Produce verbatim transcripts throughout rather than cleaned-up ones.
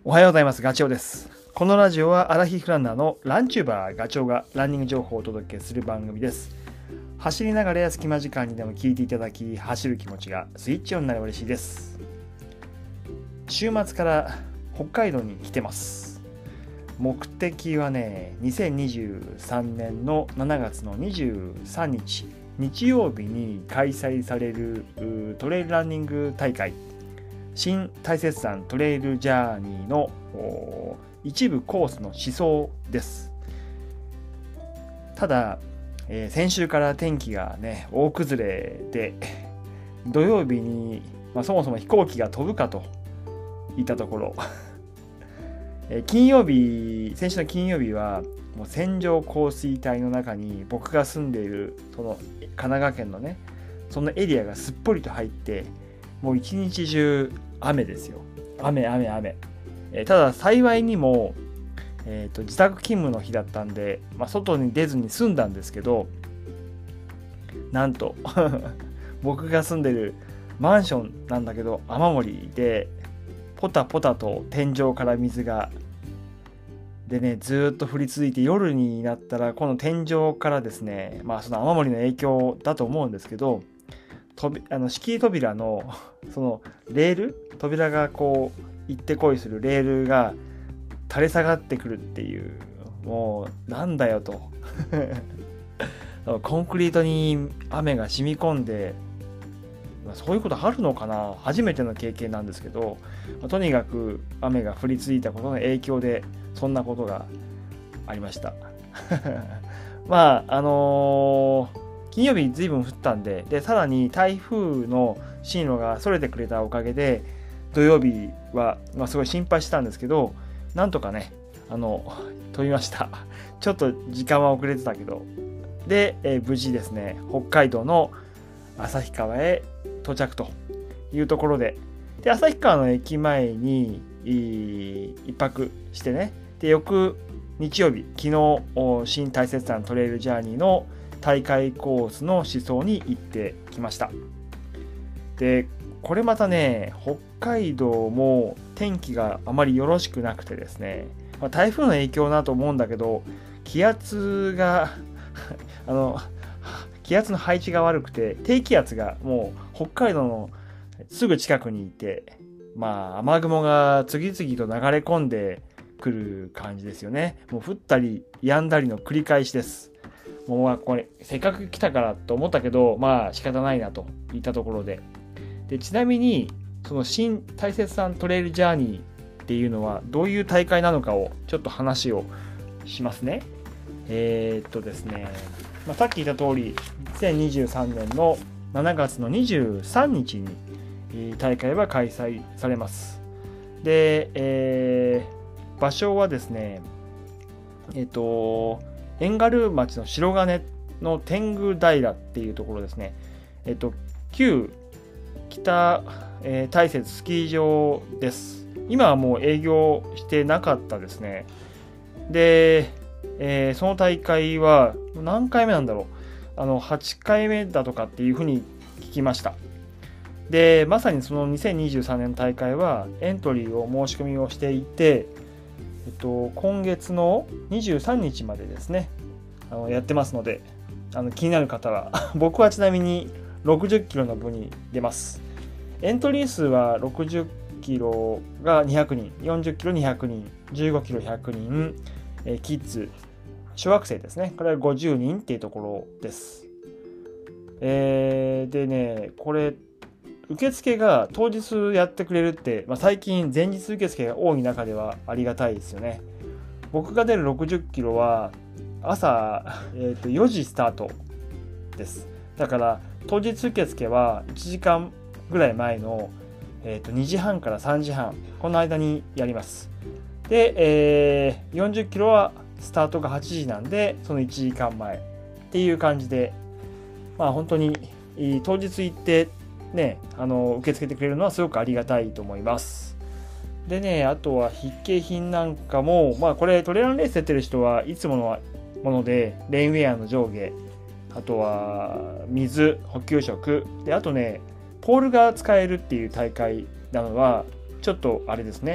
おはようございます。ガチョウです。このラジオはアラヒフランナーのランチューバーガチョウがランニング情報をお届けする番組です。走りながらや隙間時間にでも聞いていただき、走る気持ちがスイッチオンになれば嬉しいです。週末から北海道に来てます。目的はね、にせんにじゅうさんねんのしちがつのにじゅうさんにち日曜日に開催されるトレイルランニング大会新大雪山トレイルジャーニーの一部コースの思想です。ただ、えー、先週から天気がね大崩れで土曜日に、まあ、そもそも飛行機が飛ぶかといったところえー、金曜日先週の金曜日はもう線状降水帯の中に僕が住んでいるその神奈川県のねそのエリアがすっぽりと入ってもう一日中雨ですよ。雨雨雨、えー、ただ幸いにも、えーと、自宅勤務の日だったんで、まあ、外に出ずに済んだんですけど、なんと僕が住んでるマンションなんだけど雨漏りでポタポタと天井から水がでねずーっと降り続いて、夜になったらこの天井からですね、まあその雨漏りの影響だと思うんですけど、とびあの敷居扉のそのレール扉がこう行ってこいするレールが垂れ下がってくるっていう、もうなんだよとコンクリートに雨が染み込んで、そういうことあるのかな、初めての経験なんですけど、とにかく雨が降り続いたことの影響でそんなことがありましたまああのー金曜日ずいぶん降ったんで、でさらに台風の進路がそれてくれたおかげで土曜日は、まあ、すごい心配してたんですけど、なんとかねあの飛びましたちょっと時間は遅れてたけど、で、えー、無事ですね北海道の旭川へ到着というところで、で旭川の駅前に一泊してね、で翌日曜日昨日新大雪山トレイルジャーニーの大会コースの思想に行ってきました。でこれまたね北海道も天気があまりよろしくなくてですね、まあ、台風の影響だと思うんだけど、気圧があの気圧の配置が悪くて、低気圧がもう北海道のすぐ近くにいて、まあ雨雲が次々と流れ込んでくる感じですよね。もう降ったり止んだりの繰り返しです。もうこれせっかく来たからと思ったけど、まあ仕方ないなといったところで、でちなみにその新大雪山トレイルジャーニーっていうのはどういう大会なのかをちょっと話をしますね。えー、っとですね、まあ、さっき言った通りにせんにじゅうさんねんのしちがつのにじゅうさんにちに大会は開催されます。で、えー、場所はですね、えー、っと遠軽町の白金の天狗平っていうところですね。えっと旧北、えー、大雪スキー場です。今はもう営業してなかったですね。で、えー、その大会は何回目なんだろう。あのはちかいめだとかっていうふうに聞きました。で、まさにそのにせんにじゅうさんねんの大会はエントリーを申し込みをしていて、えっと、今月のにじゅうさんにちまでですねあのやってますので、あの気になる方は僕はちなみにろくじゅっキロの部に出ます。エントリー数はろくじゅっキロがにひゃくにん、よんじゅっキロにひゃくにん、じゅうごキロひゃくにん、えー、キッズ小学生ですね、これはごじゅうにんっていうところです。えー、でねこれ受付が当日やってくれるって、まあ、最近前日受付が多い中ではありがたいですよね。僕が出るろくじゅっキロは朝、えー、とよじスタートです。だから当日受付はいちじかんぐらい前の、えー、とにじはんからさんじはんこの間にやります。で、えー、よんじゅっキロはスタートがはちじなんでそのいちじかんまえっていう感じで、まあ本当に当日行ってね、あの受け付けてくれるのはすごくありがたいと思います。でね、あとは筆記品なんかも、まあこれトレランレース出てる人はいつものもので、レインウェアの上下、あとは水、補給食で、あとねポールが使えるっていう大会なのはちょっとあれですね、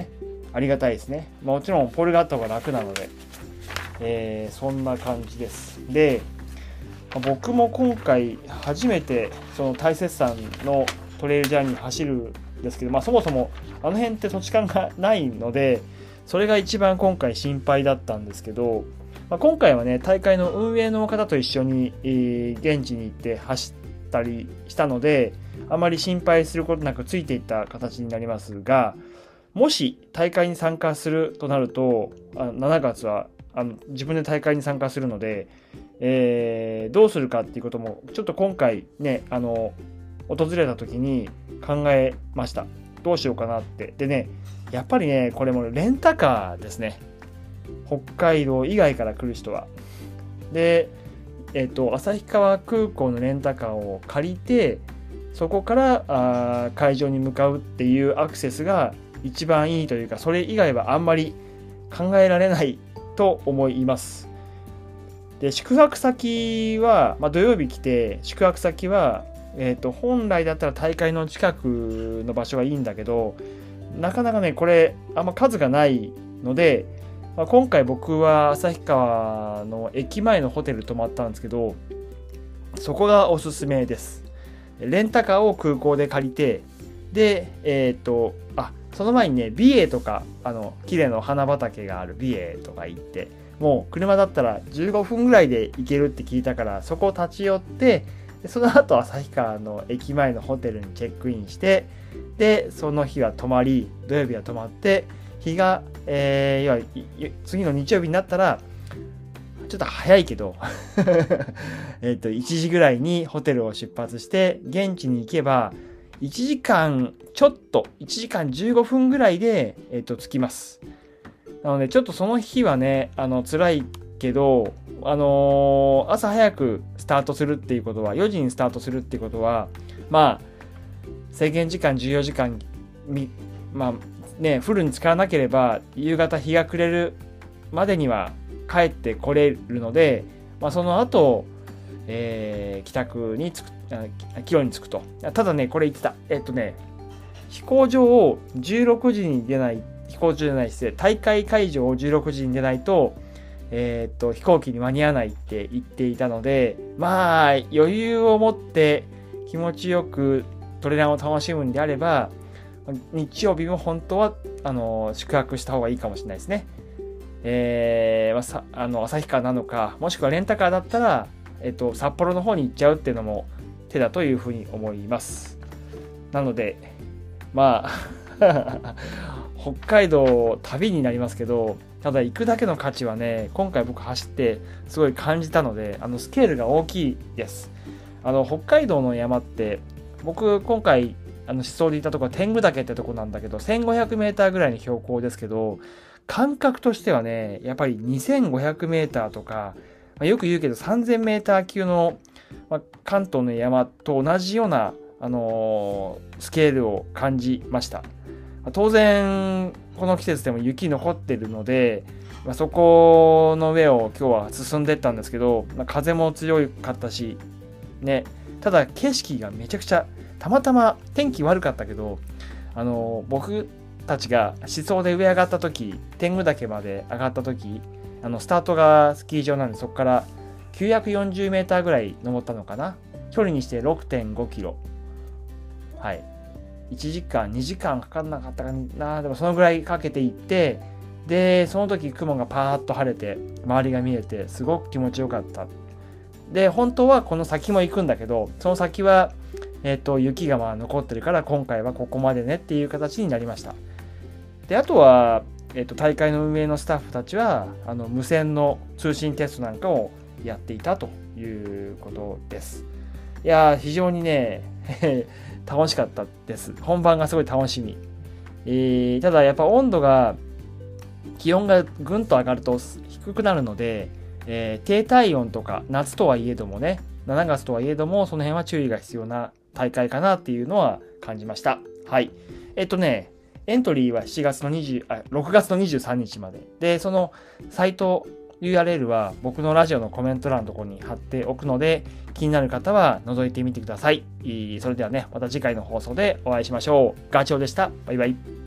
ありがたいですね。もちろんポルガットが楽なので、えー、そんな感じです。で、僕も今回初めてその大雪山のトレイルジャーニー走るんですけど、まあ、そもそもあの辺って土地勘がないので、それが一番今回心配だったんですけど、まあ、今回はね、大会の運営の方と一緒に、えー、現地に行って走ったりしたので、あまり心配することなくついていった形になりますが、もし大会に参加するとなると、あしがつはあの自分で大会に参加するので、えー、どうするかっていうこともちょっと今回ね、あの訪れた時に考えました。どうしようかなって。でね、やっぱりね、これもレンタカーですね。北海道以外から来る人は。で、えっと、旭川空港のレンタカーを借りて、そこからあ会場に向かうっていうアクセスが一番いいというか、それ以外はあんまり考えられないと思います。で、宿泊先は、まあ、土曜日来て、宿泊先は、えっと、本来だったら大会の近くの場所がいいんだけど、なかなかね、これ、あんま数がないので、まあ、今回僕は旭川の駅前のホテル泊まったんですけど、そこがおすすめです。レンタカーを空港で借りて、で、えっと、あ、その前にね、美瑛とか、あの、綺麗な花畑がある美瑛とか行って、もう車だったらじゅうごふんぐらいで行けるって聞いたから、そこを立ち寄って、でその後旭川の駅前のホテルにチェックインして、で、その日は泊まり、土曜日は泊まって、日が、えー、要は次の日曜日になったら、ちょっと早いけど、えっと、いちじぐらいにホテルを出発して、現地に行けば、いちじかんちょっと、いちじかんじゅうごふんぐらいで、えっと、着きます。なので、ちょっとその日はね、あの、辛いけど、あのー、朝早くスタートするっていうことは、よじにスタートするっていうことは、まあ、制限時間じゅうよじかん、みまあね、フルに使わなければ、夕方日が暮れるまでには帰ってこれるので、まあ、その後、えー、帰宅に着く、帰路に着くと。ただね、これ言ってた。えっとね、飛行場をじゅうろくじに出ない、飛行場じゃないですね、大会会場をじゅうろくじに出ないと、えー、っと、飛行機に間に合わないって言っていたので、まあ、余裕を持って気持ちよくトレランを楽しむんであれば、日曜日も本当は、あの、宿泊した方がいいかもしれないですね。えー、まあ、さあの旭川なのか、もしくはレンタカーだったら、えっと、札幌の方に行っちゃうっていうのも手だというふうに思います。なので、まあ、北海道旅になりますけど、ただ行くだけの価値はね、今回僕走ってすごい感じたので、あのスケールが大きいです。あの北海道の山って、僕今回あの思想で行ったところは天狗岳ってとこなんだけど、せんごひゃくメーターぐらいの標高ですけど、感覚としてはね、やっぱりにせんごひゃくメーターとか、まあ、よく言うけどさんぜんメーター級の、まあ、関東の山と同じような、あのー、スケールを感じました。当然この季節でも雪残ってるので、まあ、そこの上を今日は進んでいったんですけど、まあ、風も強かったしね、ただ景色がめちゃくちゃ、たまたま天気悪かったけど、あの僕たちが思想で上上がった時、天狗岳まで上がった時、あのスタートがスキー場なんで、そこからきゅうひゃくよんじゅうメーターぐらい登ったのかな。距離にして ろくてんごキロ。はい。いちじかん、にじかんかかんなかったかな。でもそのぐらいかけていって、で、その時雲がパーッと晴れて、周りが見えて、すごく気持ちよかった。で、本当はこの先も行くんだけど、その先は、えっと、雪がまあ残ってるから、今回はここまでねっていう形になりました。で、あとは、えっと、大会の運営のスタッフたちは、あの、無線の通信テストなんかをやっていたということです。いやー、非常にね、楽しかったです。本番がすごい楽しみ。えー、ただやっぱ温度が、気温がぐんと上がると低くなるので、えー、低体温とか夏とはいえどもね、しちがつとはいえども、その辺は注意が必要な大会かなっていうのは感じました。はい。えっとね、エントリーはしちがつの20あろくがつのにじゅうさんにちまで。で、そのサイト ユーアールエル は僕のラジオのコメント欄のところに貼っておくので、気になる方は覗いてみてください。それではね、また次回の放送でお会いしましょう。ガチョウでした。バイバイ。